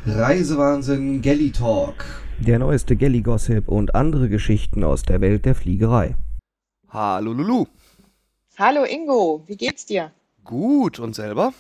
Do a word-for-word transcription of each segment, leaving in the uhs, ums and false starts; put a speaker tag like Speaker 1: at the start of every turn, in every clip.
Speaker 1: Reisewahnsinn Galley Talk.
Speaker 2: Der neueste Galley-Gossip und andere Geschichten aus der Welt der Fliegerei.
Speaker 3: Hallo Lulu.
Speaker 4: Hallo Ingo, wie geht's dir?
Speaker 3: Gut, und selber?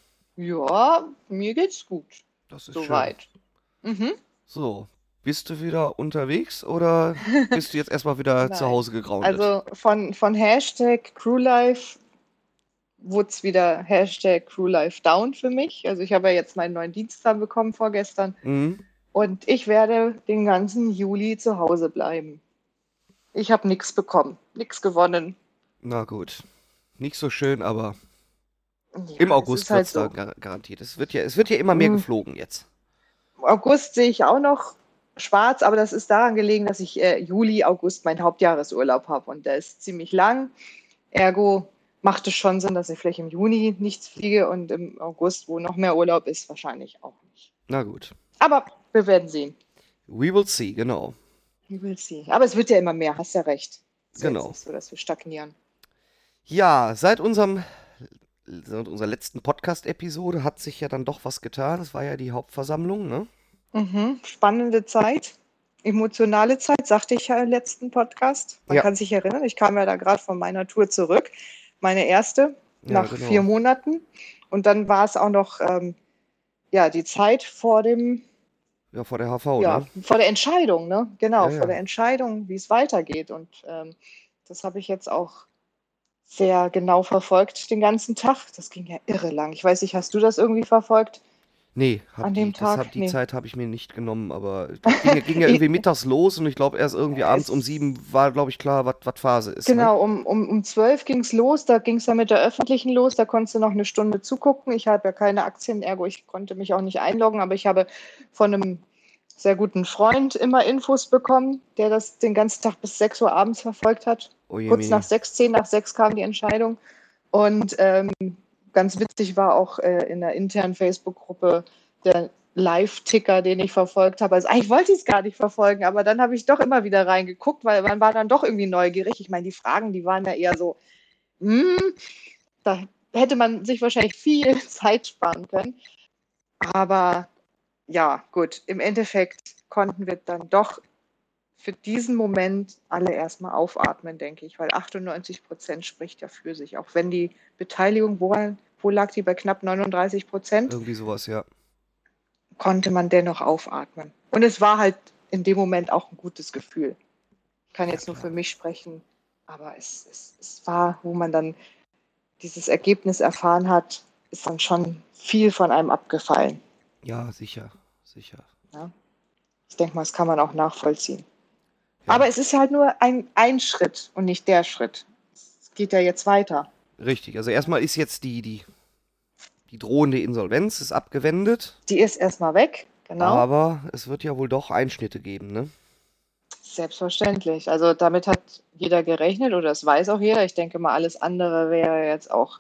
Speaker 4: Ja, mir geht's gut.
Speaker 3: Das ist
Speaker 4: Soweit. Mhm.
Speaker 3: So, bist du wieder unterwegs oder bist du jetzt erstmal wieder zu
Speaker 4: Nein.
Speaker 3: Hause gegroundet?
Speaker 4: Also von, von Hashtag Crewlife wurde es wieder Hashtag Crewlife Down für mich. Also ich habe ja jetzt meinen neuen Dienstplan bekommen vorgestern
Speaker 3: Mhm.
Speaker 4: und ich werde den ganzen Juli zu Hause bleiben. Ich habe nichts bekommen, nichts gewonnen.
Speaker 3: Na gut. Nicht so schön, aber
Speaker 4: Ja,
Speaker 3: im
Speaker 4: es
Speaker 3: August
Speaker 4: ist halt
Speaker 3: wird's
Speaker 4: so.
Speaker 3: dann gar- garantiert. Es wird ja, es wird ja immer mehr
Speaker 4: Mm.
Speaker 3: geflogen jetzt.
Speaker 4: August sehe ich auch noch schwarz, aber das ist daran gelegen, dass ich äh, Juli, August meinen Hauptjahresurlaub habe und der ist ziemlich lang. Ergo macht es schon Sinn, dass ich vielleicht im Juni nichts fliege und im August, wo noch mehr Urlaub ist, wahrscheinlich auch nicht.
Speaker 3: Na gut.
Speaker 4: Aber wir werden sehen.
Speaker 3: We will see, genau.
Speaker 4: We will see. Aber es wird ja immer mehr, hast ja recht. Es ist ja
Speaker 3: Genau.
Speaker 4: jetzt nicht so, dass wir stagnieren.
Speaker 3: Ja, seit unserem seit unserer letzten Podcast-Episode hat sich ja dann doch was getan. Das war ja die Hauptversammlung, ne?
Speaker 4: Mhm. Spannende Zeit, emotionale Zeit, sagte ich ja im letzten Podcast. Man
Speaker 3: Ja.
Speaker 4: kann sich erinnern, ich kam ja da gerade von meiner Tour zurück, meine erste,
Speaker 3: Ja,
Speaker 4: nach
Speaker 3: genau.
Speaker 4: vier Monaten. Und dann war es auch noch ähm, ja, die Zeit vor dem,
Speaker 3: Ja, vor der H V,
Speaker 4: ja,
Speaker 3: ne?
Speaker 4: vor der Entscheidung, ne? Genau,
Speaker 3: Ja, ja.
Speaker 4: vor der Entscheidung, wie es weitergeht. Und ähm, das habe ich jetzt auch sehr genau verfolgt den ganzen Tag. Das ging ja irre lang. Ich weiß nicht, hast du das irgendwie verfolgt
Speaker 3: Nee, hab
Speaker 4: an
Speaker 3: die,
Speaker 4: dem
Speaker 3: das
Speaker 4: Tag?
Speaker 3: hab, die
Speaker 4: Nee.
Speaker 3: Zeit habe ich mir nicht genommen, aber das ging, ja- ging ja irgendwie mittags los und ich glaube erst irgendwie abends um
Speaker 4: Es-
Speaker 3: sieben war, glaube ich, klar, was Phase ist. Ne?
Speaker 4: Genau, um, um, um zwölf ging es los, da ging es ja mit der öffentlichen los, da konntest du noch eine Stunde zugucken. Ich habe ja keine Aktien, ergo ich konnte mich auch nicht einloggen, aber ich habe von einem sehr guten Freund immer Infos bekommen, der das den ganzen Tag bis sechs Uhr abends verfolgt hat.
Speaker 3: Oh je,
Speaker 4: Kurz
Speaker 3: Mini.
Speaker 4: nach sechs, zehn nach sechs kam die Entscheidung. Und ähm, ganz witzig war auch äh, in der internen Facebook-Gruppe der Live-Ticker, den ich verfolgt habe. Also eigentlich wollte ich es gar nicht verfolgen, aber dann habe ich doch immer wieder reingeguckt, weil man war dann doch irgendwie neugierig. Ich meine, die Fragen, die waren ja eher so, hm, da hätte man sich wahrscheinlich viel Zeit sparen können. Aber ja, gut, im Endeffekt konnten wir dann doch für diesen Moment alle erstmal aufatmen, denke ich, weil achtundneunzig Prozent spricht ja für sich. Auch wenn die Beteiligung, wo, wo lag die bei knapp neununddreißig Prozent,
Speaker 3: Irgendwie sowas, ja.
Speaker 4: konnte man dennoch aufatmen. Und es war halt in dem Moment auch ein gutes Gefühl. Ich kann
Speaker 3: Ja,
Speaker 4: jetzt nur
Speaker 3: klar.
Speaker 4: für mich sprechen, aber es, es, es war, wo man dann dieses Ergebnis erfahren hat, ist dann schon viel von einem abgefallen.
Speaker 3: Ja, sicher, sicher.
Speaker 4: Ich denke mal, das kann man auch nachvollziehen.
Speaker 3: Ja,
Speaker 4: Aber es ist halt nur ein, ein Schritt und nicht der Schritt. Es geht ja jetzt weiter.
Speaker 3: richtig. Also erstmal ist jetzt die, die, die drohende Insolvenz ist abgewendet,
Speaker 4: Die ist erstmal weg, genau.
Speaker 3: aber es wird ja wohl doch Einschnitte geben, ne?
Speaker 4: Selbstverständlich. Also damit hat jeder gerechnet oder das weiß auch jeder. Ich denke mal, alles andere wäre jetzt auch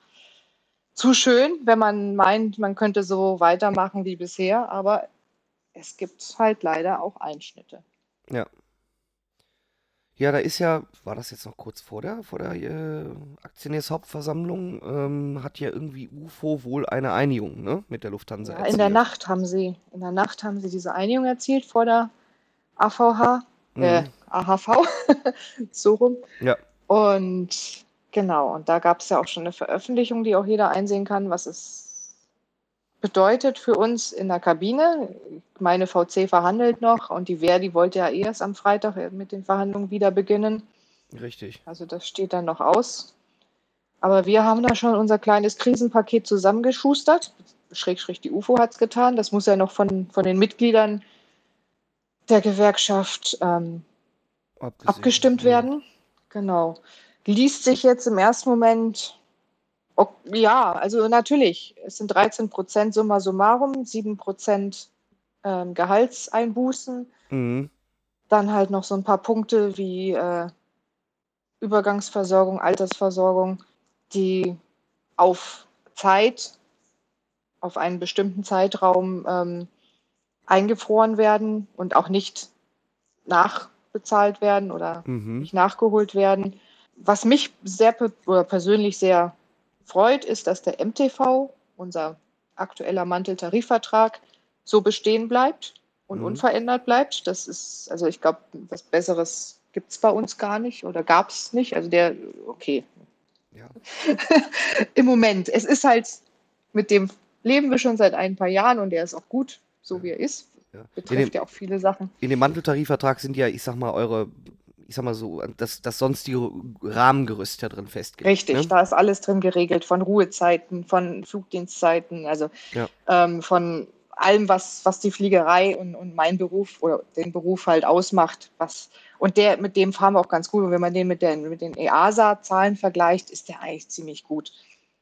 Speaker 4: zu schön, wenn man meint, man könnte so weitermachen wie bisher. Aber es gibt halt leider auch Einschnitte.
Speaker 3: Ja. Ja, da ist ja, war das jetzt noch kurz vor der, vor der äh, Aktionärshauptversammlung, ähm, hat ja irgendwie U F O wohl eine Einigung, ne, mit der Lufthansa
Speaker 4: Ja,
Speaker 3: erzielt.
Speaker 4: in der Nacht haben sie, in der Nacht haben sie diese Einigung erzielt vor der A V H, äh,
Speaker 3: Mhm.
Speaker 4: A H V, so rum.
Speaker 3: Ja,
Speaker 4: Und genau, und da gab es ja auch schon eine Veröffentlichung, die auch jeder einsehen kann, was es bedeutet für uns in der Kabine. Meine V C verhandelt noch und die Verdi wollte ja erst am Freitag mit den Verhandlungen wieder beginnen.
Speaker 3: richtig.
Speaker 4: Also das steht dann noch aus. Aber wir haben da schon unser kleines Krisenpaket zusammengeschustert. Schrägstrich die U F O hat es getan. Das muss ja noch von, von den Mitgliedern der Gewerkschaft ähm,
Speaker 3: Abgesehen.
Speaker 4: abgestimmt
Speaker 3: Mhm.
Speaker 4: werden. Genau. Liest sich jetzt im ersten Moment, ok- ja, also natürlich, es sind dreizehn Prozent summa summarum, sieben Prozent ähm, Gehaltseinbußen,
Speaker 3: Mhm.
Speaker 4: dann halt noch so ein paar Punkte wie äh, Übergangsversorgung, Altersversorgung, die auf Zeit, auf einen bestimmten Zeitraum ähm, eingefroren werden und auch nicht nachbezahlt werden oder
Speaker 3: Mhm.
Speaker 4: nicht nachgeholt werden. Was mich sehr pe- oder persönlich sehr freut, ist, dass der M T V, unser aktueller Manteltarifvertrag, so bestehen bleibt und
Speaker 3: Mhm.
Speaker 4: unverändert bleibt. Das ist, also ich glaube, was Besseres gibt es bei uns gar nicht oder gab es nicht. Also der, okay,
Speaker 3: Ja.
Speaker 4: im Moment. Es ist halt, mit dem leben wir schon seit ein paar Jahren und der ist auch gut, so
Speaker 3: Ja.
Speaker 4: wie er ist.
Speaker 3: Ja. In
Speaker 4: Betrifft
Speaker 3: dem,
Speaker 4: ja auch viele Sachen.
Speaker 3: in dem Manteltarifvertrag sind ja, ich sag mal, eure, ich sag mal so, das, das sonstige Rahmengerüst ja drin festgelegt,
Speaker 4: Richtig,
Speaker 3: ne?
Speaker 4: da ist alles drin geregelt, von Ruhezeiten, von Flugdienstzeiten, also
Speaker 3: Ja.
Speaker 4: ähm, von allem, was, was die Fliegerei und, und mein Beruf oder den Beruf halt ausmacht. Was, und der, mit dem fahren wir auch ganz gut. Und wenn man den mit den, mit den E A S A-Zahlen vergleicht, ist der eigentlich ziemlich gut.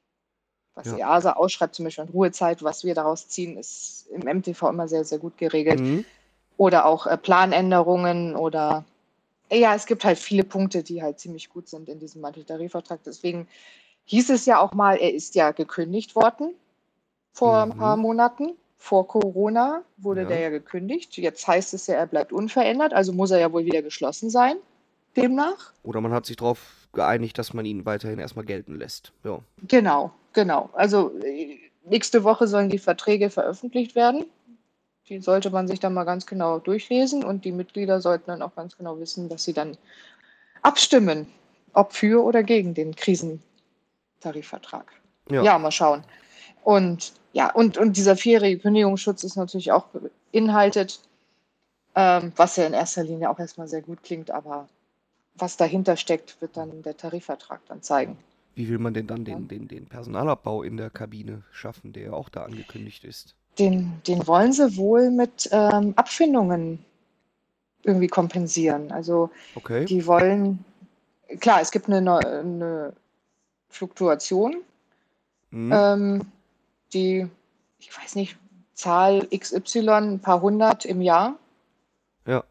Speaker 4: Was
Speaker 3: Ja.
Speaker 4: E A S A ausschreibt, zum Beispiel an Ruhezeit, was wir daraus ziehen, ist im M T V immer sehr, sehr gut geregelt.
Speaker 3: Mhm.
Speaker 4: Oder auch äh, Planänderungen oder ja, es gibt halt viele Punkte, die halt ziemlich gut sind in diesem Manteltarifvertrag. Deswegen hieß es ja auch mal, er ist ja gekündigt worden vor ein paar
Speaker 3: Mhm.
Speaker 4: Monaten. Vor Corona wurde
Speaker 3: Ja.
Speaker 4: der ja gekündigt. Jetzt heißt es ja, er bleibt unverändert, also muss er ja wohl wieder geschlossen sein, demnach.
Speaker 3: Oder man hat sich darauf geeinigt, dass man ihn weiterhin erstmal gelten lässt. Ja.
Speaker 4: Genau, genau. Also äh, nächste Woche sollen die Verträge veröffentlicht werden. Die sollte man sich dann mal ganz genau durchlesen und die Mitglieder sollten dann auch ganz genau wissen, dass sie dann abstimmen, ob für oder gegen den Krisentarifvertrag.
Speaker 3: Ja.
Speaker 4: Ja, mal schauen. Und ja, und, und dieser vierjährige Kündigungsschutz ist natürlich auch beinhaltet, ähm, was ja in erster Linie auch erstmal sehr gut klingt, aber was dahinter steckt, wird dann der Tarifvertrag dann zeigen.
Speaker 3: Wie will man denn dann
Speaker 4: Ja.
Speaker 3: den, den, den Personalabbau in der Kabine schaffen, der ja auch da angekündigt ist?
Speaker 4: Den, den wollen sie wohl mit ähm, Abfindungen irgendwie kompensieren. Also
Speaker 3: Okay.
Speaker 4: die wollen, klar, es gibt eine, Neu- eine Fluktuation,
Speaker 3: Mhm.
Speaker 4: ähm, die, ich weiß nicht, Zahl X Y, ein paar hundert im Jahr.
Speaker 3: Ja.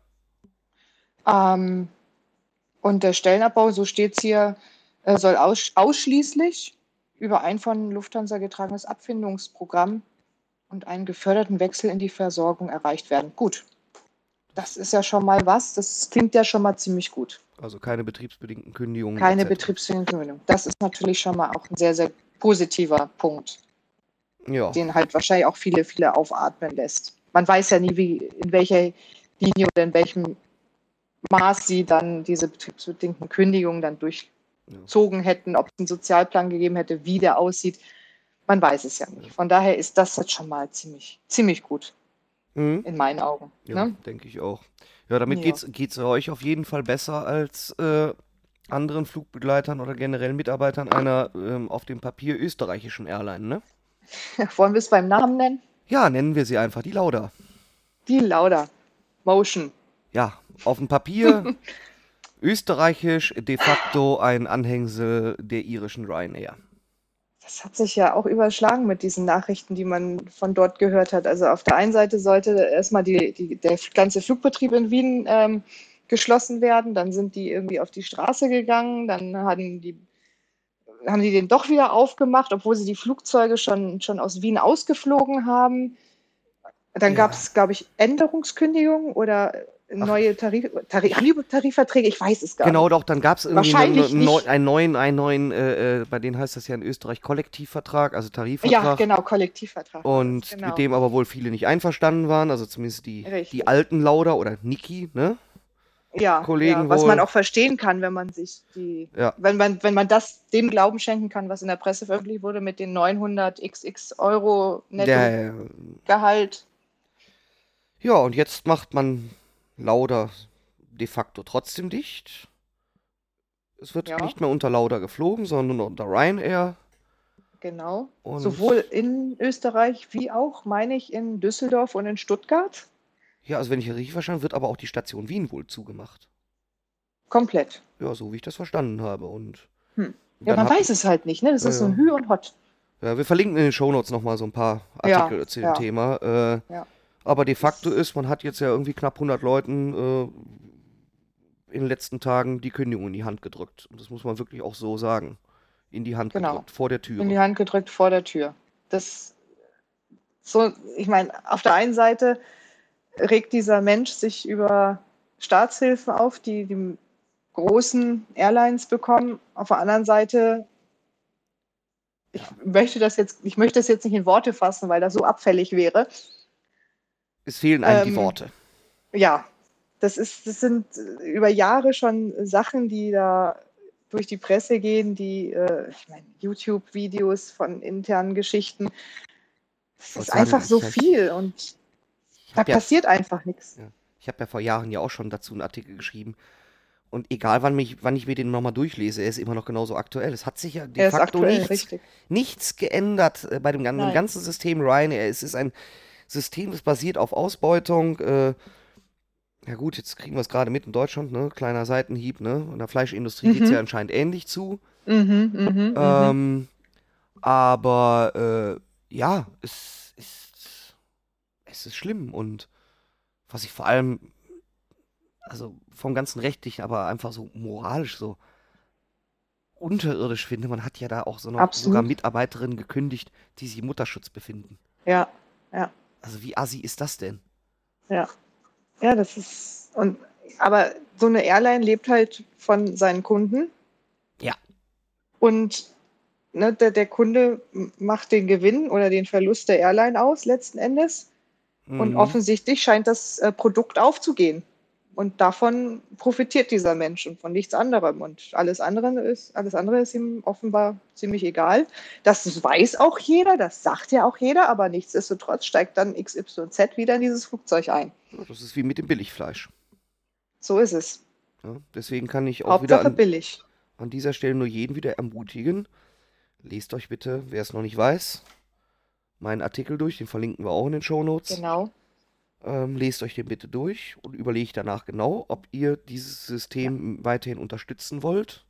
Speaker 4: Ähm, und der Stellenabbau, so steht es hier, äh, soll aus, ausschließlich über ein von Lufthansa getragenes Abfindungsprogramm und einen geförderten Wechsel in die Versorgung erreicht werden. Gut, das ist ja schon mal was. Das klingt ja schon mal ziemlich gut.
Speaker 3: Also keine betriebsbedingten Kündigungen
Speaker 4: Keine
Speaker 3: et cetera.
Speaker 4: betriebsbedingte Kündigung. Das ist natürlich schon mal auch ein sehr, sehr positiver Punkt,
Speaker 3: Ja.
Speaker 4: den halt wahrscheinlich auch viele, viele aufatmen lässt. Man weiß ja nie, wie, in welcher Linie oder in welchem Maß sie dann diese betriebsbedingten Kündigungen dann durchzogen hätten, ob es einen Sozialplan gegeben hätte, wie der aussieht. Man weiß es ja nicht. Von daher ist das jetzt schon mal ziemlich, ziemlich gut
Speaker 3: Mhm.
Speaker 4: in meinen Augen.
Speaker 3: Ja,
Speaker 4: Ne?
Speaker 3: denke ich auch. Ja, damit
Speaker 4: Ja.
Speaker 3: geht's, geht's euch auf jeden Fall besser als äh, anderen Flugbegleitern oder generell Mitarbeitern einer ähm, auf dem Papier österreichischen Airline, ne?
Speaker 4: Wollen wir es beim Namen nennen?
Speaker 3: Ja, nennen wir sie einfach die Lauda.
Speaker 4: Die Lauda Motion.
Speaker 3: Ja, auf dem Papier österreichisch, de facto ein Anhängsel der irischen Ryanair.
Speaker 4: Das hat sich ja auch überschlagen mit diesen Nachrichten, die man von dort gehört hat. Also auf der einen Seite sollte erstmal die, die, der ganze Flugbetrieb in Wien ähm, geschlossen werden, dann sind die irgendwie auf die Straße gegangen, dann hatten die, haben die den doch wieder aufgemacht, obwohl sie die Flugzeuge schon, schon aus Wien ausgeflogen haben. Dann
Speaker 3: Ja.
Speaker 4: gab es, glaube ich, Änderungskündigungen oder neue Tarif, Tarif, haben die Tarifverträge? Ich weiß es gar
Speaker 3: Genau,
Speaker 4: nicht.
Speaker 3: doch, dann gab es irgendwie
Speaker 4: Wahrscheinlich
Speaker 3: einen, neu-
Speaker 4: nicht.
Speaker 3: einen neuen, einen neuen äh, äh, bei denen heißt das ja in Österreich Kollektivvertrag, also
Speaker 4: Ja,
Speaker 3: Tarifvertrag.
Speaker 4: genau, Kollektivvertrag. war
Speaker 3: Und
Speaker 4: das, genau.
Speaker 3: mit dem aber wohl viele nicht einverstanden waren, also zumindest die,
Speaker 4: Richtig.
Speaker 3: die alten Lauda oder Niki, ne?
Speaker 4: Ja,
Speaker 3: Kollegen
Speaker 4: ja, was man
Speaker 3: wohl.
Speaker 4: auch verstehen kann, wenn man sich die,
Speaker 3: Ja.
Speaker 4: wenn man, wenn man das dem Glauben schenken kann, was in der Presse veröffentlicht wurde mit den neunhundert xx Euro
Speaker 3: Der,
Speaker 4: Nettogehalt.
Speaker 3: ja, und jetzt macht man Lauda de facto trotzdem dicht. Es wird
Speaker 4: Ja.
Speaker 3: nicht mehr unter Lauda geflogen, sondern nur unter Ryanair.
Speaker 4: Genau.
Speaker 3: Und
Speaker 4: Sowohl in Österreich wie auch, meine ich, in Düsseldorf und in Stuttgart.
Speaker 3: ja, also wenn ich richtig verstanden, wird aber auch die Station Wien wohl zugemacht.
Speaker 4: Komplett.
Speaker 3: Ja, so wie ich das verstanden habe. Und
Speaker 4: Hm. Ja,
Speaker 3: dann
Speaker 4: man
Speaker 3: hat-
Speaker 4: weiß es halt nicht, ne? Das
Speaker 3: Ja,
Speaker 4: ist so ein
Speaker 3: ja.
Speaker 4: Hü und Hot.
Speaker 3: Ja, wir verlinken in den Shownotes nochmal so ein paar
Speaker 4: Ja,
Speaker 3: Artikel zu dem
Speaker 4: ja.
Speaker 3: Thema. Äh,
Speaker 4: Ja.
Speaker 3: Aber de facto ist, man hat jetzt ja irgendwie knapp hundert Leuten äh, in den letzten Tagen die Kündigung in die Hand gedrückt. Und das muss man wirklich auch so sagen. In die Hand
Speaker 4: Genau.
Speaker 3: gedrückt, vor der Tür.
Speaker 4: In die Hand gedrückt vor der Tür. Das so, ich meine, auf der einen Seite regt dieser Mensch sich über Staatshilfen auf, die die großen Airlines bekommen. Auf der anderen Seite, ich möchte das jetzt, ich möchte das jetzt nicht in Worte fassen, weil das so abfällig wäre.
Speaker 3: Es fehlen einem die
Speaker 4: Ähm,
Speaker 3: Worte.
Speaker 4: Ja, das ist, das sind äh, über Jahre schon Sachen, die da durch die Presse gehen, die, äh, ich meine, YouTube-Videos von internen Geschichten.
Speaker 3: Ich
Speaker 4: Es ist
Speaker 3: wollte sagen,
Speaker 4: einfach so
Speaker 3: ich, ich,
Speaker 4: viel und
Speaker 3: ich
Speaker 4: da
Speaker 3: habe ja,
Speaker 4: passiert einfach nichts.
Speaker 3: ja, ich habe ja vor Jahren ja auch schon dazu einen Artikel geschrieben. Und egal, wann, mich, wann ich mir den nochmal durchlese, er ist immer noch genauso aktuell. Es hat sich ja de
Speaker 4: Er ist
Speaker 3: facto
Speaker 4: aktuell,
Speaker 3: nichts,
Speaker 4: richtig.
Speaker 3: nichts geändert äh, bei dem, gan- dem
Speaker 4: Nein.
Speaker 3: ganzen System Ryanair. Es ist ein System, das basiert auf Ausbeutung. Äh, ja gut, jetzt kriegen wir es gerade mit in Deutschland, ne? Kleiner Seitenhieb, ne? In der Fleischindustrie geht es ja
Speaker 4: Mhm.
Speaker 3: anscheinend ähnlich zu.
Speaker 4: Mhm, mhm, mhm.
Speaker 3: Ähm, aber äh, ja, es ist, es ist schlimm. Und was ich vor allem, also vom ganzen Rechtlichen, aber einfach so moralisch so unterirdisch finde, man hat ja da auch so noch sogar
Speaker 4: Absolut.
Speaker 3: Mitarbeiterinnen gekündigt, die sich im Mutterschutz befinden.
Speaker 4: Ja, ja,
Speaker 3: Also wie assi ist das denn?
Speaker 4: ja. Ja, das ist. Und aber so eine Airline lebt halt von seinen Kunden
Speaker 3: Ja.
Speaker 4: und ne, der, der Kunde m- macht den Gewinn oder den Verlust der Airline aus letzten Endes. Und
Speaker 3: Mhm.
Speaker 4: offensichtlich scheint das äh, Produkt aufzugehen. Und davon profitiert dieser Mensch und von nichts anderem. Und alles andere ist, alles andere ist ihm offenbar ziemlich egal. Das weiß auch jeder, das sagt ja auch jeder, aber nichtsdestotrotz steigt dann X Y Z wieder in dieses Flugzeug ein.
Speaker 3: Ja, das ist wie mit dem Billigfleisch.
Speaker 4: So ist es.
Speaker 3: Ja, deswegen kann ich auch wieder
Speaker 4: Hauptsache
Speaker 3: an,
Speaker 4: billig.
Speaker 3: an dieser Stelle nur jeden wieder ermutigen. Lest euch bitte, wer es noch nicht weiß, meinen Artikel durch, den verlinken wir auch in den Shownotes.
Speaker 4: Genau.
Speaker 3: Ähm, lest euch den bitte durch und überlegt danach genau, ob ihr dieses
Speaker 4: Ja.
Speaker 3: System weiterhin unterstützen wollt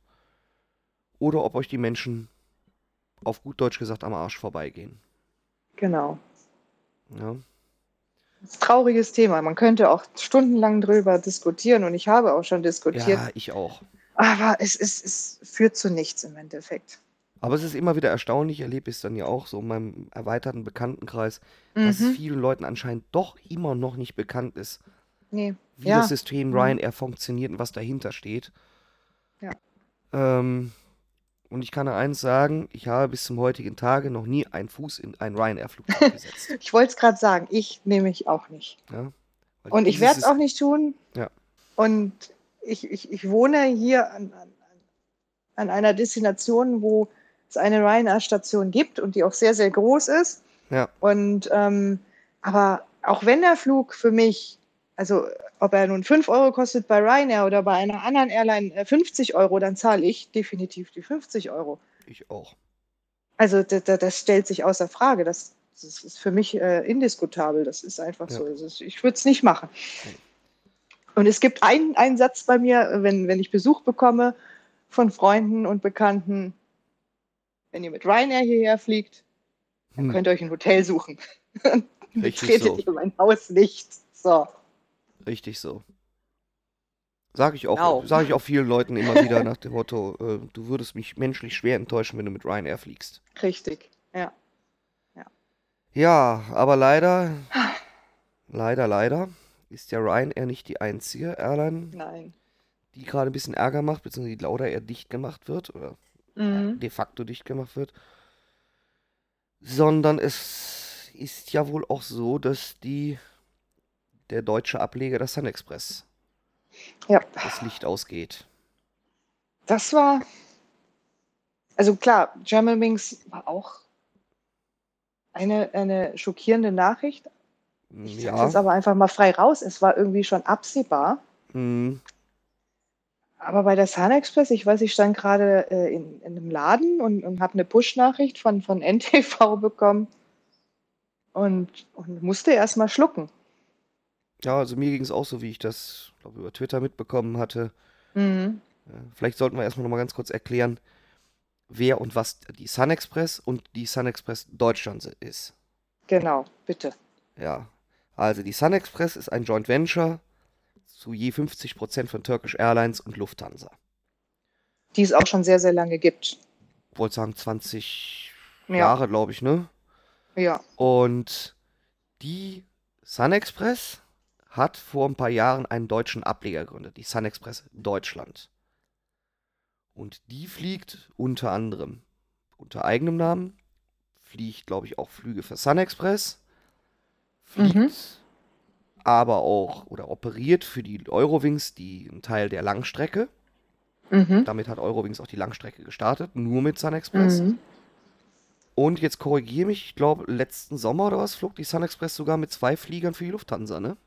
Speaker 3: oder ob euch die Menschen auf gut Deutsch gesagt am Arsch vorbeigehen.
Speaker 4: Genau.
Speaker 3: Ja,
Speaker 4: Das ist ein trauriges Thema. Man könnte auch stundenlang drüber diskutieren und ich habe auch schon diskutiert,
Speaker 3: ja ich auch.
Speaker 4: aber es, es, es führt zu nichts im Endeffekt.
Speaker 3: Aber es ist immer wieder erstaunlich, ich erlebe es dann ja auch so in meinem erweiterten Bekanntenkreis, dass es
Speaker 4: Mhm.
Speaker 3: vielen Leuten anscheinend doch immer noch nicht bekannt ist,
Speaker 4: Nee.
Speaker 3: wie
Speaker 4: Ja.
Speaker 3: das System
Speaker 4: Mhm.
Speaker 3: Ryanair funktioniert und was dahinter steht.
Speaker 4: Ja.
Speaker 3: Ähm, und ich kann nur eins sagen, ich habe bis zum heutigen Tage noch nie einen Fuß in ein Ryanair-Flugzeug gesetzt.
Speaker 4: Ich wollte es gerade sagen, ich nehme ich auch nicht.
Speaker 3: Ja, weil
Speaker 4: Und ich
Speaker 3: dieses
Speaker 4: werde es
Speaker 3: Sys-
Speaker 4: auch nicht tun.
Speaker 3: Ja.
Speaker 4: Und ich, ich, ich wohne hier an, an, an einer Destination, wo es eine Ryanair-Station gibt und die auch sehr, sehr groß ist.
Speaker 3: Ja,
Speaker 4: Und ähm, aber auch wenn der Flug für mich, also ob er nun fünf Euro kostet bei Ryanair oder bei einer anderen Airline äh, fünfzig Euro, dann zahle ich definitiv die fünfzig Euro.
Speaker 3: ich auch.
Speaker 4: Also da, da, das stellt sich außer Frage. Das, das ist für mich äh, indiskutabel. Das ist einfach
Speaker 3: Ja.
Speaker 4: so. Das ist, ich würde es nicht machen.
Speaker 3: Nee.
Speaker 4: Und es gibt einen, einen Satz bei mir, wenn, wenn ich Besuch bekomme von Freunden und Bekannten, wenn ihr mit Ryanair hierher fliegt, dann
Speaker 3: Hm,
Speaker 4: könnt ihr euch ein Hotel suchen.
Speaker 3: richtig
Speaker 4: Betretet
Speaker 3: so.
Speaker 4: ihr mein Haus nicht. So,
Speaker 3: Richtig so. Sage ich auch,
Speaker 4: genau.
Speaker 3: sage ich auch vielen Leuten immer wieder nach dem Motto, äh, du würdest mich menschlich schwer enttäuschen, wenn du mit Ryanair fliegst.
Speaker 4: Richtig, ja.
Speaker 3: Ja, aber leider, leider, leider ist ja Ryanair nicht die einzige Airline,
Speaker 4: Nein.
Speaker 3: die gerade ein bisschen Ärger macht, beziehungsweise die lauter eher dicht gemacht wird oder äh,
Speaker 4: Mhm.
Speaker 3: de facto dicht gemacht wird, sondern es ist ja wohl auch so, dass die der deutsche Ableger der Sun Express
Speaker 4: Ja,
Speaker 3: das Licht ausgeht.
Speaker 4: das war, also klar, Germanwings war auch eine, eine schockierende Nachricht. Ich sage es
Speaker 3: Ja,
Speaker 4: jetzt aber einfach mal frei raus. Es war irgendwie schon absehbar.
Speaker 3: mm,
Speaker 4: Aber bei der Sun Express, ich weiß, ich stand gerade äh, in, in einem Laden und, und habe eine Push-Nachricht von, von N T V bekommen und, und musste erst mal schlucken.
Speaker 3: ja, also mir ging es auch so, wie ich das, glaube über Twitter mitbekommen hatte.
Speaker 4: Mhm.
Speaker 3: Ja, vielleicht sollten wir erstmal noch mal ganz kurz erklären, wer und was die Sun Express und die Sun Express Deutschland si- ist.
Speaker 4: Genau, bitte.
Speaker 3: Ja, also die Sun Express ist ein Joint Venture zu je fünfzig Prozent von Turkish Airlines und Lufthansa.
Speaker 4: Die es auch schon sehr, sehr lange gibt.
Speaker 3: Ich wollte sagen zwanzig
Speaker 4: Ja,
Speaker 3: Jahre, glaube ich, ne?
Speaker 4: ja.
Speaker 3: Und die Sun Express hat vor ein paar Jahren einen deutschen Ableger gegründet, die Sun Express Deutschland. Und die fliegt unter anderem unter eigenem Namen, fliegt, glaube ich, auch Flüge für Sun Express, fliegt
Speaker 4: Mhm.
Speaker 3: aber auch oder operiert für die Eurowings die einen Teil der Langstrecke.
Speaker 4: Mhm.
Speaker 3: Damit hat Eurowings auch die Langstrecke gestartet, nur mit SunExpress.
Speaker 4: Mhm.
Speaker 3: Und jetzt korrigiere mich, ich glaube, letzten Sommer oder was flog die SunExpress sogar mit zwei Fliegern für die Lufthansa, ne?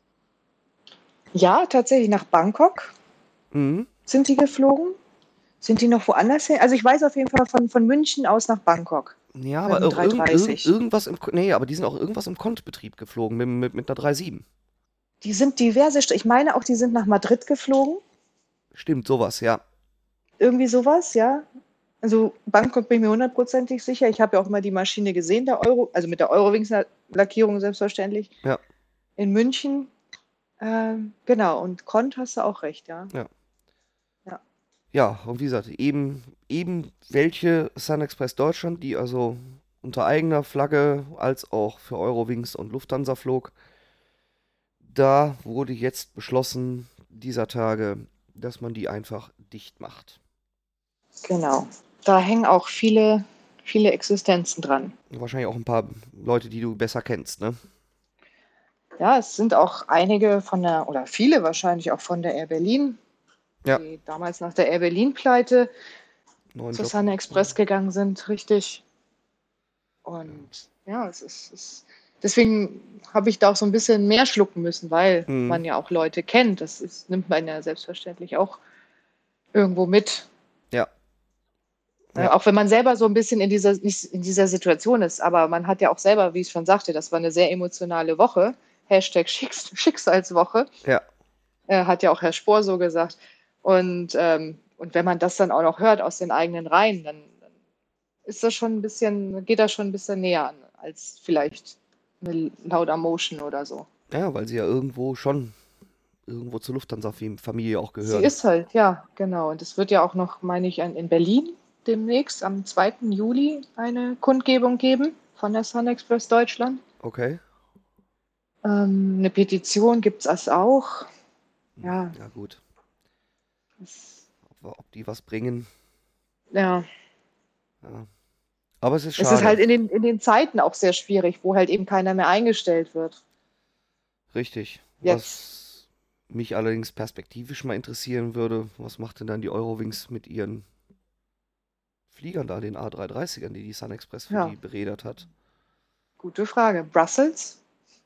Speaker 4: Ja, tatsächlich nach Bangkok
Speaker 3: Mhm.
Speaker 4: sind die geflogen. Sind die noch woanders hin? Also ich weiß auf jeden Fall von, von München aus nach Bangkok
Speaker 3: Ja,
Speaker 4: mit
Speaker 3: aber
Speaker 4: dem
Speaker 3: ir irgend, irgend,
Speaker 4: dreihundertdreißig.
Speaker 3: irgendwas im, Ko- nee, aber die sind auch irgendwas im Kontobetrieb geflogen mit, mit, mit einer drei sieben.
Speaker 4: Die sind diverse, St- ich meine auch, die sind nach Madrid geflogen.
Speaker 3: Stimmt, sowas, ja.
Speaker 4: Irgendwie sowas, ja. Also Bangkok bin ich mir hundertprozentig sicher. Ich habe ja auch mal die Maschine gesehen, der Euro, also mit der Eurowings-Lackierung selbstverständlich.
Speaker 3: Ja,
Speaker 4: In München. Ähm, genau, und Kont hast du auch recht, ja.
Speaker 3: ja.
Speaker 4: Ja,
Speaker 3: Ja, und wie gesagt, eben, eben welche SunExpress Deutschland, die also unter eigener Flagge als auch für Eurowings und Lufthansa flog, da wurde jetzt beschlossen, dieser Tage, dass man die einfach dicht macht.
Speaker 4: genau. Da hängen auch viele, viele Existenzen dran.
Speaker 3: Wahrscheinlich auch ein paar Leute, die du besser kennst, ne?
Speaker 4: Ja, es sind auch einige von der, oder viele wahrscheinlich auch von der Air Berlin,
Speaker 3: Ja,
Speaker 4: die damals nach der Air Berlin-Pleite
Speaker 3: neuen
Speaker 4: zur
Speaker 3: Job.
Speaker 4: Sun Express gegangen sind, richtig. Und ja, es ist, es, deswegen habe ich da auch so ein bisschen mehr schlucken müssen, weil
Speaker 3: Mhm.
Speaker 4: man ja auch Leute kennt. Das ist, nimmt man ja selbstverständlich auch irgendwo mit.
Speaker 3: Ja,
Speaker 4: Äh,
Speaker 3: ja,
Speaker 4: Auch wenn man selber so ein bisschen in dieser, nicht in dieser Situation ist. Aber man hat ja auch selber, wie ich schon sagte, das war eine sehr emotionale Woche. Hashtag Schicks Schicksalswoche.
Speaker 3: ja.
Speaker 4: Äh, hat ja auch Herr Spohr so gesagt. Und, ähm, und wenn man das dann auch noch hört aus den eigenen Reihen, dann, dann ist das schon ein bisschen, geht das schon ein bisschen näher an, als vielleicht eine Laudamotion oder so.
Speaker 3: Ja, weil sie ja irgendwo schon irgendwo zur Lufthansa-Familie auch
Speaker 4: Sie
Speaker 3: gehören.
Speaker 4: ist halt, ja, genau. Und es wird ja auch noch, meine ich, in Berlin demnächst am zweiten Juli eine Kundgebung geben von der Sun Express Deutschland.
Speaker 3: Okay.
Speaker 4: Ähm, eine Petition gibt es auch. Ja,
Speaker 3: Ja, gut.
Speaker 4: es,
Speaker 3: Ob, ob die was bringen.
Speaker 4: ja.
Speaker 3: Ja. Aber es ist
Speaker 4: Es ist
Speaker 3: schade.
Speaker 4: halt in den, in den Zeiten auch sehr schwierig, wo halt eben keiner mehr eingestellt wird.
Speaker 3: Richtig.
Speaker 4: Jetzt.
Speaker 3: Was mich allerdings perspektivisch mal interessieren würde, was macht denn dann die Eurowings mit ihren Fliegern da, den A drei dreißigern, die die Sun Express für
Speaker 4: Ja.
Speaker 3: die beredet hat?
Speaker 4: Gute Frage. Brussels?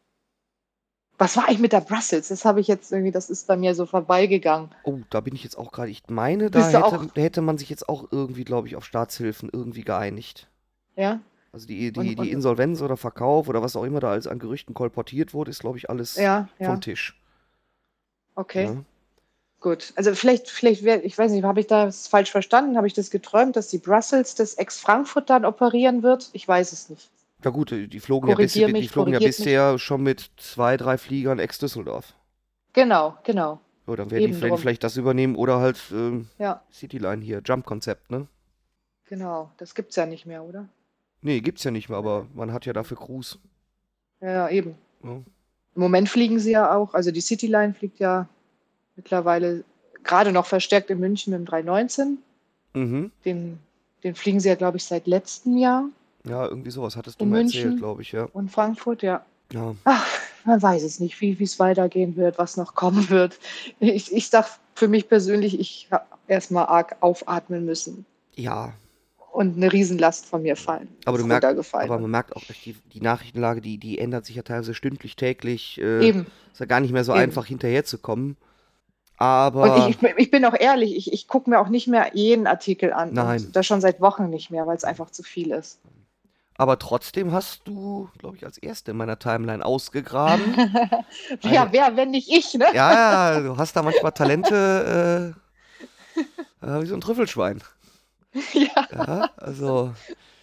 Speaker 4: Was war eigentlich mit der Brussels? Das habe ich jetzt irgendwie, das ist bei mir so vorbeigegangen.
Speaker 3: Oh, da bin ich jetzt auch gerade. Ich meine, da
Speaker 4: Bist du
Speaker 3: hätte,
Speaker 4: auch,
Speaker 3: da hätte man sich jetzt auch irgendwie, glaube ich, auf Staatshilfen irgendwie geeinigt.
Speaker 4: ja?
Speaker 3: Also die, die,
Speaker 4: Und,
Speaker 3: die
Speaker 4: und,
Speaker 3: Insolvenz oder Verkauf oder was auch immer da als an Gerüchten kolportiert wurde, ist, glaube ich, alles
Speaker 4: ja, ja,
Speaker 3: vom Tisch.
Speaker 4: okay.
Speaker 3: Ja?
Speaker 4: Gut, also vielleicht, vielleicht wäre, ich weiß nicht, habe ich das falsch verstanden? Habe ich das geträumt, dass die Brussels das Ex-Frankfurt dann operieren wird? Ich weiß es nicht.
Speaker 3: Ja gut, die die flogen ja, bis,
Speaker 4: Korrigier
Speaker 3: die
Speaker 4: mich,
Speaker 3: flogen ja
Speaker 4: korrigiert mich.
Speaker 3: bisher schon mit zwei, drei Fliegern ex-Düsseldorf.
Speaker 4: Genau, genau.
Speaker 3: So, dann werden die,
Speaker 4: Eben
Speaker 3: werden die
Speaker 4: drum.
Speaker 3: vielleicht das übernehmen oder halt ähm,
Speaker 4: Ja,
Speaker 3: Cityline hier, Jump-Konzept, ne?
Speaker 4: genau. Das gibt es ja nicht mehr, oder?
Speaker 3: Nee, gibt's ja nicht mehr, aber man hat ja dafür Cruise.
Speaker 4: Ja, ja, eben.
Speaker 3: Ja.
Speaker 4: Im Moment fliegen sie ja auch, also die Cityline fliegt ja mittlerweile gerade noch verstärkt in München mit dem drei neunzehn.
Speaker 3: Mhm.
Speaker 4: Den, den fliegen sie ja, glaube ich, seit letztem Jahr
Speaker 3: Ja, irgendwie sowas hattest du
Speaker 4: in
Speaker 3: mal erzählt,
Speaker 4: München
Speaker 3: glaube ich, ja.
Speaker 4: und Frankfurt, ja.
Speaker 3: Ja,
Speaker 4: Ach, man weiß es nicht, wie es weitergehen wird, was noch kommen wird. Ich, ich sag für mich persönlich, ich habe erstmal arg aufatmen müssen
Speaker 3: ja.
Speaker 4: und eine Riesenlast von mir fallen.
Speaker 3: Aber
Speaker 4: ist
Speaker 3: du merkst,
Speaker 4: runtergefallen.
Speaker 3: aber man merkt auch, die, die Nachrichtenlage, die, die ändert sich ja teilweise stündlich, täglich. Äh,
Speaker 4: Eben.
Speaker 3: Ist ja gar nicht mehr so
Speaker 4: Eben.
Speaker 3: einfach hinterherzukommen.
Speaker 4: Und
Speaker 3: Aber
Speaker 4: ich, ich, ich bin auch ehrlich, ich, ich gucke mir auch nicht mehr jeden Artikel an.
Speaker 3: Nein.
Speaker 4: Und das schon seit Wochen nicht mehr, weil es einfach zu viel ist.
Speaker 3: Aber trotzdem hast du, glaube ich, als Erste in meiner Timeline ausgegraben.
Speaker 4: Ja,
Speaker 3: Eine-
Speaker 4: wer, wenn nicht ich, ne?
Speaker 3: Ja, ja, du hast da manchmal Talente äh, äh, wie so ein Trüffelschwein.
Speaker 4: Ja.
Speaker 3: Ja, also.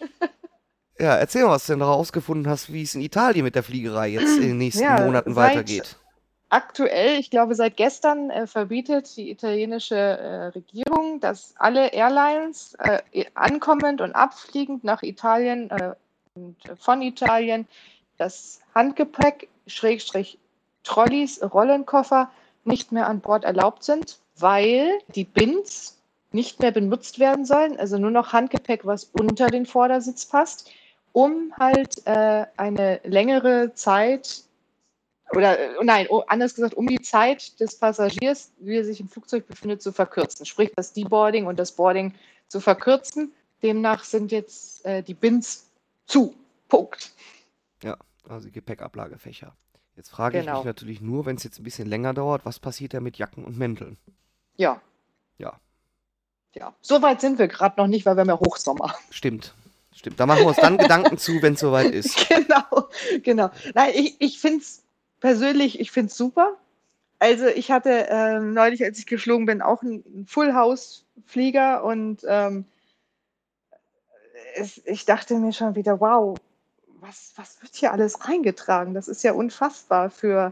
Speaker 3: Ja, erzähl mal, was du denn herausgefunden hast, wie es in Italien mit der Fliegerei jetzt in den nächsten
Speaker 4: Ja,
Speaker 3: Monaten
Speaker 4: seit-
Speaker 3: weitergeht.
Speaker 4: Aktuell, ich glaube, seit gestern äh, verbietet die italienische äh, Regierung, dass alle Airlines äh, ankommend und abfliegend nach Italien äh, und äh, von Italien das Handgepäck, Schrägstrich Trolleys, Rollenkoffer nicht mehr an Bord erlaubt sind, weil die Bins nicht mehr benutzt werden sollen, also nur noch Handgepäck, was unter den Vordersitz passt, um halt äh, eine längere Zeit oder äh, nein, oh, anders gesagt, um die Zeit des Passagiers, wie er sich im Flugzeug befindet, zu verkürzen. Sprich, das Deboarding und das Boarding zu verkürzen. Demnach sind jetzt äh, die Bins zu. Punkt.
Speaker 3: Ja, also die Gepäckablagefächer. Jetzt frage ich mich
Speaker 4: Genau.
Speaker 3: natürlich nur, wenn es jetzt ein bisschen länger dauert, was passiert da mit Jacken und Mänteln?
Speaker 4: Ja,
Speaker 3: Ja,
Speaker 4: ja. So weit sind wir gerade noch nicht, weil wir haben ja Hochsommer.
Speaker 3: stimmt. Stimmt. Da machen wir uns dann Gedanken zu, wenn es soweit ist.
Speaker 4: Genau, genau. Nein, ich, ich finde es persönlich, ich finde es super. Also ich hatte ähm, neulich, als ich geflogen bin, auch einen Full-House-Flieger und ähm, es, ich dachte mir schon wieder, wow, was, was wird hier alles reingetragen? Das ist ja unfassbar für,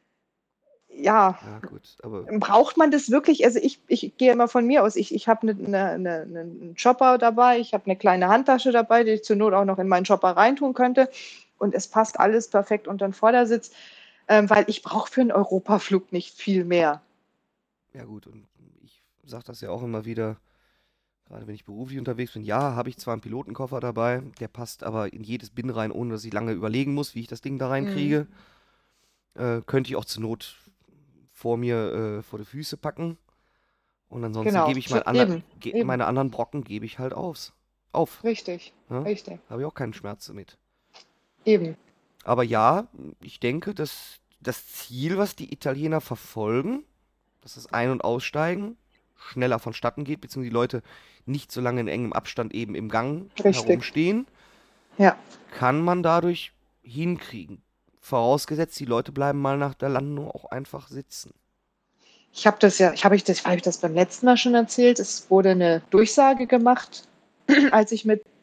Speaker 4: ja,
Speaker 3: Ja, gut, aber
Speaker 4: braucht man das wirklich? Also ich, ich gehe immer von mir aus, ich, ich habe eine, eine, eine, einen Chopper dabei, ich habe eine kleine Handtasche dabei, die ich zur Not auch noch in meinen Chopper reintun könnte und es passt alles perfekt unter den Vordersitz, ähm, weil ich brauche für einen Europaflug nicht viel mehr.
Speaker 3: ja gut, und ich sage das ja auch immer wieder, gerade wenn ich beruflich unterwegs bin, ja, habe ich zwar einen Pilotenkoffer dabei, der passt aber in jedes Bin rein, ohne dass ich lange überlegen muss, wie ich das Ding da
Speaker 4: Mhm.
Speaker 3: reinkriege. Äh, könnte ich auch zur Not vor mir, äh, vor die Füße packen. Und ansonsten
Speaker 4: Genau,
Speaker 3: gebe ich
Speaker 4: so,
Speaker 3: mein ander,
Speaker 4: eben,
Speaker 3: ge
Speaker 4: eben,
Speaker 3: meine anderen Brocken gebe ich halt aufs. Auf.
Speaker 4: richtig,
Speaker 3: Ja?
Speaker 4: richtig,
Speaker 3: Habe ich auch keinen Schmerz damit.
Speaker 4: eben,
Speaker 3: Aber ja, ich denke, dass das Ziel, was die Italiener verfolgen, dass das Ein- und Aussteigen schneller vonstatten geht, beziehungsweise die Leute nicht so lange in engem Abstand eben im Gang
Speaker 4: richtig,
Speaker 3: herumstehen,
Speaker 4: ja.
Speaker 3: kann man dadurch hinkriegen. Vorausgesetzt, die Leute bleiben mal nach der Landung auch einfach sitzen.
Speaker 4: Ich habe das ja, ich habe ich das, habe ich das beim letzten Mal schon erzählt. Es wurde eine Durchsage gemacht, als ich mit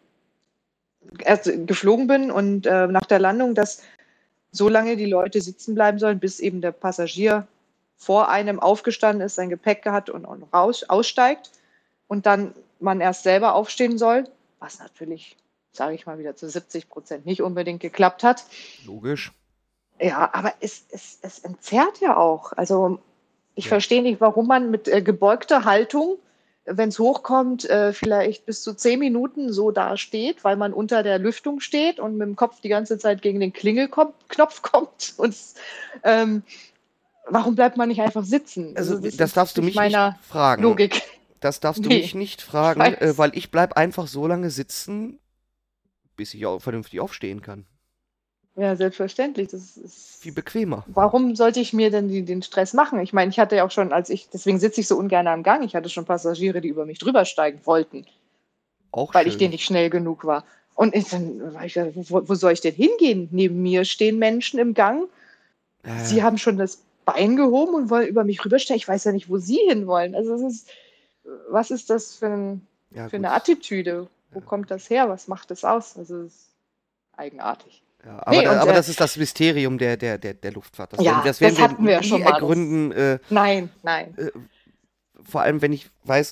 Speaker 4: erst geflogen bin und äh, nach der Landung, dass so lange die Leute sitzen bleiben sollen, bis eben der Passagier vor einem aufgestanden ist, sein Gepäck hat und, und raus, aussteigt und dann man erst selber aufstehen soll, was natürlich, sage ich mal wieder, zu siebzig Prozent nicht unbedingt geklappt hat.
Speaker 3: Logisch.
Speaker 4: Ja, aber es, es, es entzerrt ja auch. Also ich
Speaker 3: Ja.
Speaker 4: verstehe nicht, warum man mit äh, gebeugter Haltung, wenn es hochkommt, äh, vielleicht bis zu zehn Minuten so da steht, weil man unter der Lüftung steht und mit dem Kopf die ganze Zeit gegen den Klingelknopf kommt. Und ähm, warum bleibt man nicht einfach sitzen?
Speaker 3: Also
Speaker 4: Also das
Speaker 3: das darfst
Speaker 4: ist
Speaker 3: du
Speaker 4: nicht
Speaker 3: mich nicht
Speaker 4: meiner
Speaker 3: fragen.
Speaker 4: Logik.
Speaker 3: Das darfst du
Speaker 4: Nee,
Speaker 3: mich nicht
Speaker 4: ich
Speaker 3: fragen, äh,
Speaker 4: weiß.
Speaker 3: weil ich bleib einfach so lange sitzen, bis ich auch vernünftig aufstehen kann.
Speaker 4: Ja, selbstverständlich. Das ist,
Speaker 3: Viel bequemer.
Speaker 4: warum sollte ich mir denn die, den Stress machen? Ich meine, ich hatte ja auch schon, als ich, deswegen sitze ich so ungern am Gang, ich hatte schon Passagiere, die über mich drüber steigen wollten,
Speaker 3: Auch
Speaker 4: weil ich denen
Speaker 3: schön.
Speaker 4: nicht schnell genug war. Und ich, dann war ich, ja, wo, wo soll ich denn hingehen? Neben mir stehen Menschen im Gang.
Speaker 3: Äh,
Speaker 4: Sie haben schon das Bein gehoben und wollen über mich rübersteigen. Ich weiß ja nicht, wo sie hinwollen. Also es ist, was ist das für, ein,
Speaker 3: ja
Speaker 4: für
Speaker 3: gut.
Speaker 4: eine Attitüde? Wo
Speaker 3: Ja,
Speaker 4: kommt das her? Was macht das aus? Also es ist eigenartig.
Speaker 3: ja, aber,
Speaker 4: Nee,
Speaker 3: da,
Speaker 4: und
Speaker 3: aber
Speaker 4: äh,
Speaker 3: das ist das Mysterium der, der, der, der Luftfahrt. Das werden,
Speaker 4: ja,
Speaker 3: das werden
Speaker 4: das
Speaker 3: wir
Speaker 4: hatten wir ja
Speaker 3: nie
Speaker 4: schon mal. Das,
Speaker 3: ergründen. Äh,
Speaker 4: nein, nein.
Speaker 3: äh, vor allem, wenn ich weiß,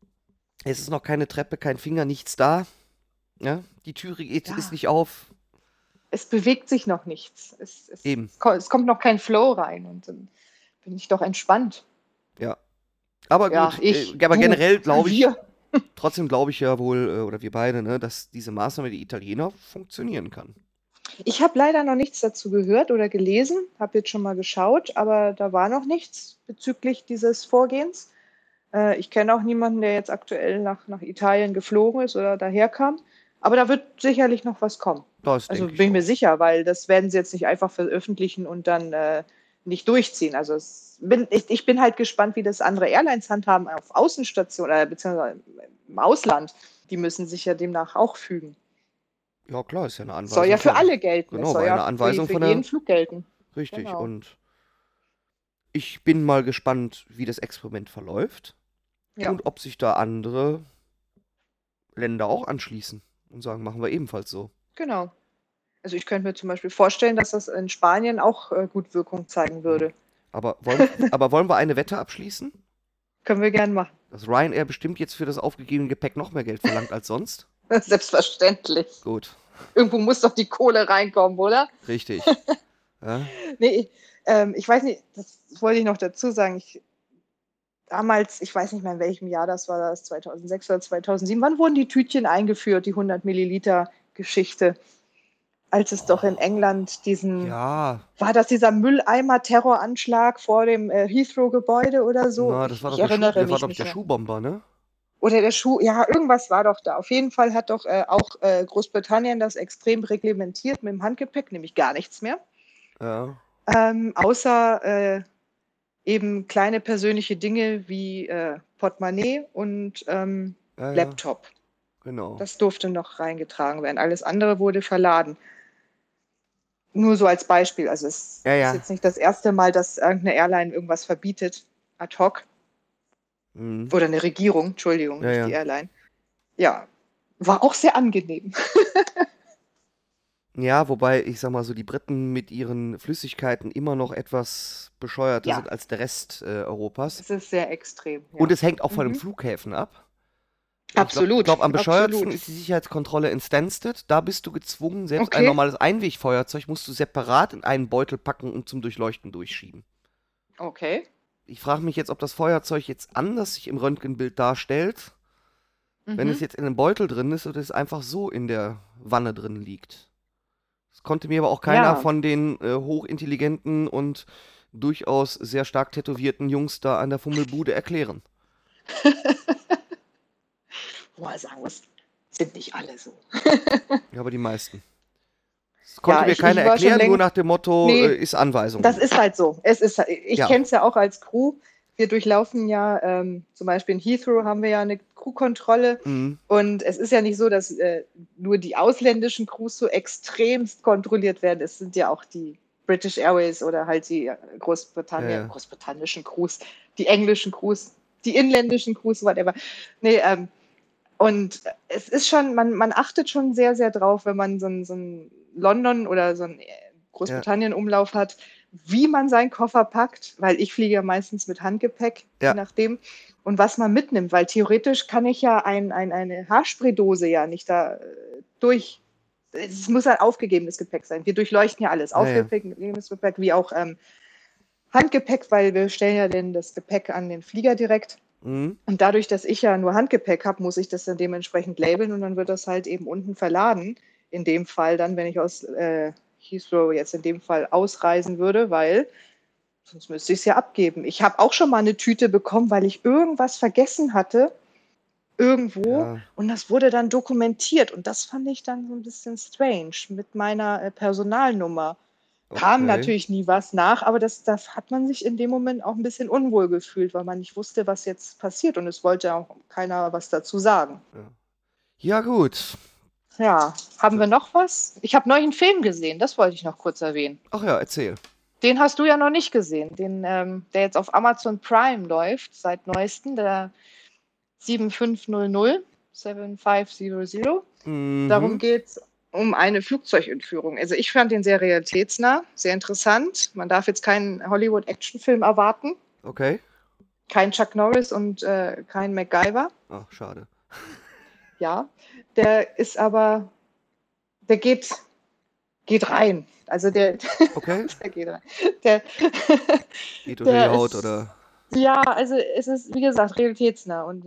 Speaker 3: es ist noch keine Treppe, kein Finger, nichts da. Ja? Die Türe geht, ist
Speaker 4: Ja,
Speaker 3: nicht auf.
Speaker 4: es bewegt sich noch nichts. Es, es,
Speaker 3: Eben.
Speaker 4: es kommt noch kein Flow rein und dann bin ich doch entspannt.
Speaker 3: Ja. Aber
Speaker 4: Ja,
Speaker 3: gut,
Speaker 4: ich,
Speaker 3: äh, aber
Speaker 4: du,
Speaker 3: generell glaube ich,
Speaker 4: wir.
Speaker 3: trotzdem glaube ich ja wohl, äh, oder wir beide, ne, dass diese Maßnahme der Italiener funktionieren kann.
Speaker 4: Ich habe leider noch nichts dazu gehört oder gelesen, habe jetzt schon mal geschaut, aber da war noch nichts bezüglich dieses Vorgehens. Äh, ich kenne auch niemanden, der jetzt aktuell nach, nach Italien geflogen ist oder daherkam. Aber da wird sicherlich noch was kommen.
Speaker 3: Das
Speaker 4: Also
Speaker 3: denke ich
Speaker 4: bin ich mir
Speaker 3: auch.
Speaker 4: sicher, weil das werden sie jetzt nicht einfach veröffentlichen und dann äh, nicht durchziehen. Also es bin, ich, ich bin halt gespannt, wie das andere Airlines handhaben auf Außenstationen äh, beziehungsweise im Ausland. Die müssen sich ja demnach auch fügen.
Speaker 3: Ja, klar, ist ja eine
Speaker 4: Es soll ja
Speaker 3: Anweisung
Speaker 4: für
Speaker 3: von,
Speaker 4: alle gelten. Es
Speaker 3: genau,
Speaker 4: soll
Speaker 3: war
Speaker 4: ja
Speaker 3: eine
Speaker 4: für,
Speaker 3: Anweisung
Speaker 4: für
Speaker 3: von
Speaker 4: jeden
Speaker 3: der,
Speaker 4: Flug gelten.
Speaker 3: richtig.
Speaker 4: Genau.
Speaker 3: Und ich bin mal gespannt, wie das Experiment verläuft
Speaker 4: Ja,
Speaker 3: und ob sich da andere Länder auch anschließen und sagen, machen wir ebenfalls so.
Speaker 4: genau. Also ich könnte mir zum Beispiel vorstellen, dass das in Spanien auch äh, gut Wirkung zeigen
Speaker 3: Hm.
Speaker 4: würde.
Speaker 3: Aber wollen, aber wollen wir eine Wette abschließen?
Speaker 4: Können wir gern machen.
Speaker 3: Dass Ryanair bestimmt jetzt für das aufgegebene Gepäck noch mehr Geld verlangt als sonst?
Speaker 4: Selbstverständlich.
Speaker 3: Gut,
Speaker 4: Irgendwo muss doch die Kohle reinkommen, oder?
Speaker 3: richtig. Ja,
Speaker 4: Nee, ähm, ich weiß nicht, das wollte ich noch dazu sagen. Ich, damals, ich weiß nicht mehr in welchem Jahr das war, das zweitausendsechs oder zweitausendsieben, wann wurden die Tütchen eingeführt, die hundert Milliliter Geschichte? als es doch in England diesen,
Speaker 3: Ja,
Speaker 4: war das dieser Mülleimer-Terroranschlag vor dem äh, Heathrow-Gebäude oder so?
Speaker 3: na,
Speaker 4: Ich,
Speaker 3: das war
Speaker 4: ich
Speaker 3: doch der Schuh,
Speaker 4: erinnere
Speaker 3: das war,
Speaker 4: mich
Speaker 3: glaube ich,
Speaker 4: nicht
Speaker 3: der
Speaker 4: mehr.
Speaker 3: Schuhbomber, ne?
Speaker 4: Oder der Schuh, ja, irgendwas war doch da. Auf jeden Fall hat doch äh, auch äh, Großbritannien das extrem reglementiert mit dem Handgepäck, nämlich gar nichts mehr.
Speaker 3: Ja,
Speaker 4: Ähm, außer äh, eben kleine persönliche Dinge wie äh, Portemonnaie und ähm,
Speaker 3: ja, ja,
Speaker 4: Laptop.
Speaker 3: genau.
Speaker 4: Das durfte noch reingetragen werden. Alles andere wurde verladen. Nur so als Beispiel. Also es
Speaker 3: Ja,
Speaker 4: ist
Speaker 3: ja.
Speaker 4: jetzt nicht das erste Mal, dass irgendeine Airline irgendwas verbietet, ad hoc.
Speaker 3: Mhm.
Speaker 4: Oder eine Regierung, Entschuldigung,
Speaker 3: Ja,
Speaker 4: nicht
Speaker 3: ja.
Speaker 4: die Airline. Ja, war auch sehr angenehm.
Speaker 3: Ja, wobei, ich sag mal so, die Briten mit ihren Flüssigkeiten immer noch etwas bescheuerter
Speaker 4: Ja,
Speaker 3: sind als der Rest äh, Europas.
Speaker 4: es ist sehr extrem.
Speaker 3: Und
Speaker 4: Ja.
Speaker 3: es hängt auch von den
Speaker 4: Mhm.
Speaker 3: Flughäfen ab. Ich glaube,
Speaker 4: Absolut,
Speaker 3: glaub, am bescheuertsten
Speaker 4: absolut.
Speaker 3: ist die Sicherheitskontrolle in Stansted. Da bist du gezwungen, selbst ein
Speaker 4: Okay,
Speaker 3: normales Einwegfeuerzeug musst du separat in einen Beutel packen und zum Durchleuchten durchschieben.
Speaker 4: okay.
Speaker 3: Ich frage mich jetzt, ob das Feuerzeug jetzt anders sich im Röntgenbild darstellt, wenn es
Speaker 4: Mhm.
Speaker 3: jetzt in einem Beutel drin ist oder es einfach so in der Wanne drin liegt. Das konnte mir aber auch keiner
Speaker 4: Ja.
Speaker 3: von den äh, hochintelligenten und durchaus sehr stark tätowierten Jungs da an der Fummelbude erklären.
Speaker 4: Wo man sagen muss, sind nicht alle so.
Speaker 3: Ja, aber die meisten. Das konnte
Speaker 4: Ja,
Speaker 3: mir
Speaker 4: ich,
Speaker 3: keiner
Speaker 4: ich war schon
Speaker 3: erklären, nur
Speaker 4: länger.
Speaker 3: nach dem Motto, äh,
Speaker 4: Nee,
Speaker 3: ist Anweisung.
Speaker 4: das ist halt so. Es ist, ich
Speaker 3: Ja.
Speaker 4: kenne es ja auch als Crew. Wir durchlaufen ja, ähm, zum Beispiel in Heathrow haben wir ja eine Crewkontrolle.
Speaker 3: Mhm.
Speaker 4: Und es ist ja nicht so, dass äh, nur die ausländischen Crews so extremst kontrolliert werden. Es sind ja auch die British Airways oder halt die
Speaker 3: Ja,
Speaker 4: Großbritannien,
Speaker 3: ja.
Speaker 4: großbritannischen Crews, die englischen Crews, die inländischen Crews, whatever. Nee, ähm, und es ist schon, man, man achtet schon sehr, sehr drauf, wenn man so einen so einen London oder so einen äh,
Speaker 3: Ja,
Speaker 4: Großbritannien-Umlauf hat, wie man seinen Koffer packt, weil ich fliege ja meistens mit Handgepäck, je
Speaker 3: ja,
Speaker 4: nachdem, und was man mitnimmt, weil theoretisch kann ich ja ein, ein, eine Haarspraydose ja nicht da äh, durch. Es muss ein aufgegebenes Gepäck sein. Wir durchleuchten ja alles,
Speaker 3: ja, ja.
Speaker 4: aufgegebenes Gepäck wie auch ähm, Handgepäck, weil wir stellen ja denn das Gepäck an den Flieger direkt.
Speaker 3: Mhm.
Speaker 4: Und dadurch, dass ich ja nur Handgepäck habe, muss ich das dann dementsprechend labeln und dann wird das halt eben unten verladen. In dem Fall dann, wenn ich aus äh, Heathrow jetzt in dem Fall ausreisen würde, weil sonst müsste ich es ja abgeben. Ich habe auch schon mal eine Tüte bekommen, weil ich irgendwas vergessen hatte, irgendwo.
Speaker 3: Ja,
Speaker 4: Und das wurde dann dokumentiert. Und das fand ich dann so ein bisschen strange mit meiner äh, Personalnummer. Kam
Speaker 3: okay.
Speaker 4: natürlich nie was nach, aber das, das hat man sich in dem Moment auch ein bisschen unwohl gefühlt, weil man nicht wusste, was jetzt passiert. Und es wollte auch keiner was dazu sagen.
Speaker 3: Ja, ja gut.
Speaker 4: Ja, haben
Speaker 3: D-
Speaker 4: wir noch was? Ich habe neulich einen Film gesehen, das wollte ich noch kurz erwähnen.
Speaker 3: Ach ja, erzähl.
Speaker 4: Den hast du ja noch nicht gesehen, den, ähm, der jetzt auf Amazon Prime läuft, seit neuestem, der sieben fünf null null, sieben fünf null null. Darum
Speaker 3: Mhm.
Speaker 4: geht es um eine Flugzeugentführung. Also ich fand den sehr realitätsnah, sehr interessant. Man darf jetzt keinen Hollywood-Actionfilm erwarten,
Speaker 3: Okay.
Speaker 4: kein Chuck Norris und äh, kein MacGyver.
Speaker 3: Ach, schade.
Speaker 4: Ja, der ist aber, der geht, geht rein. Also der,
Speaker 3: Okay.
Speaker 4: der geht rein. Der,
Speaker 3: Geht unter die
Speaker 4: der
Speaker 3: Haut
Speaker 4: ist,
Speaker 3: oder.
Speaker 4: ja, also es ist, wie gesagt, realitätsnah. Und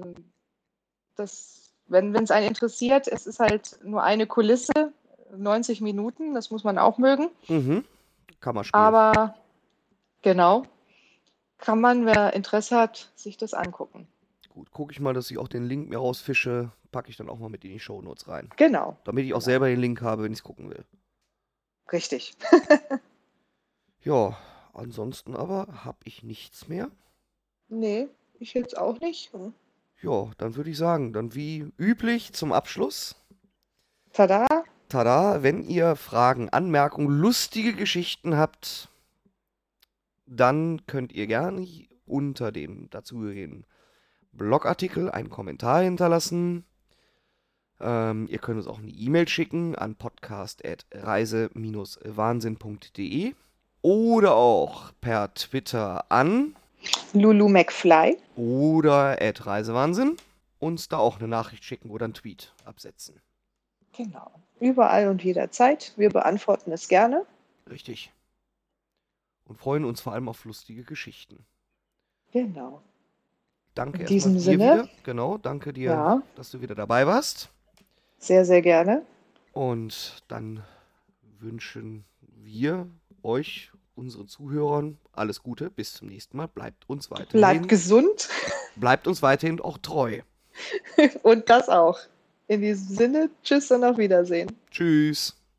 Speaker 4: das, wenn es einen interessiert, es ist halt nur eine Kulisse, neunzig Minuten, das muss man auch mögen.
Speaker 3: Mhm. Kammerspiel.
Speaker 4: Aber genau, kann man, wer Interesse hat, sich das angucken.
Speaker 3: Gut, gucke ich mal, dass ich auch den Link mir rausfische. Packe ich dann auch mal mit in die Shownotes rein.
Speaker 4: Genau,
Speaker 3: Damit ich auch
Speaker 4: genau.
Speaker 3: selber den Link habe, wenn ich es gucken will.
Speaker 4: Richtig.
Speaker 3: Ja, ansonsten aber habe ich nichts mehr.
Speaker 4: Nee, ich jetzt auch nicht.
Speaker 3: Ja, dann würde ich sagen, dann wie üblich zum Abschluss.
Speaker 4: Tada.
Speaker 3: Tada, wenn ihr Fragen, Anmerkungen, lustige Geschichten habt, dann könnt ihr gerne unter dem dazugehörigen Blogartikel einen Kommentar hinterlassen. Ähm, ihr könnt uns auch eine E-Mail schicken an podcast at reise wahnsinn punkt de oder auch per Twitter an
Speaker 4: Lulu McFly.
Speaker 3: oder at reisewahnsinn uns da auch eine Nachricht schicken oder einen Tweet absetzen.
Speaker 4: Genau. Überall und jederzeit. Wir beantworten es gerne.
Speaker 3: Richtig. Und freuen uns vor allem auf lustige Geschichten.
Speaker 4: Genau.
Speaker 3: Danke
Speaker 4: In
Speaker 3: erstmal
Speaker 4: diesem
Speaker 3: dir
Speaker 4: Sinne,
Speaker 3: wieder. Genau, danke dir,
Speaker 4: ja,
Speaker 3: dass du wieder dabei warst.
Speaker 4: sehr, sehr gerne.
Speaker 3: Und dann wünschen wir euch, unseren Zuhörern, alles Gute. Bis zum nächsten Mal. Bleibt uns weiterhin.
Speaker 4: Bleibt gesund.
Speaker 3: Bleibt uns weiterhin auch treu.
Speaker 4: Und das auch. In diesem Sinne, tschüss und auf Wiedersehen.
Speaker 3: Tschüss.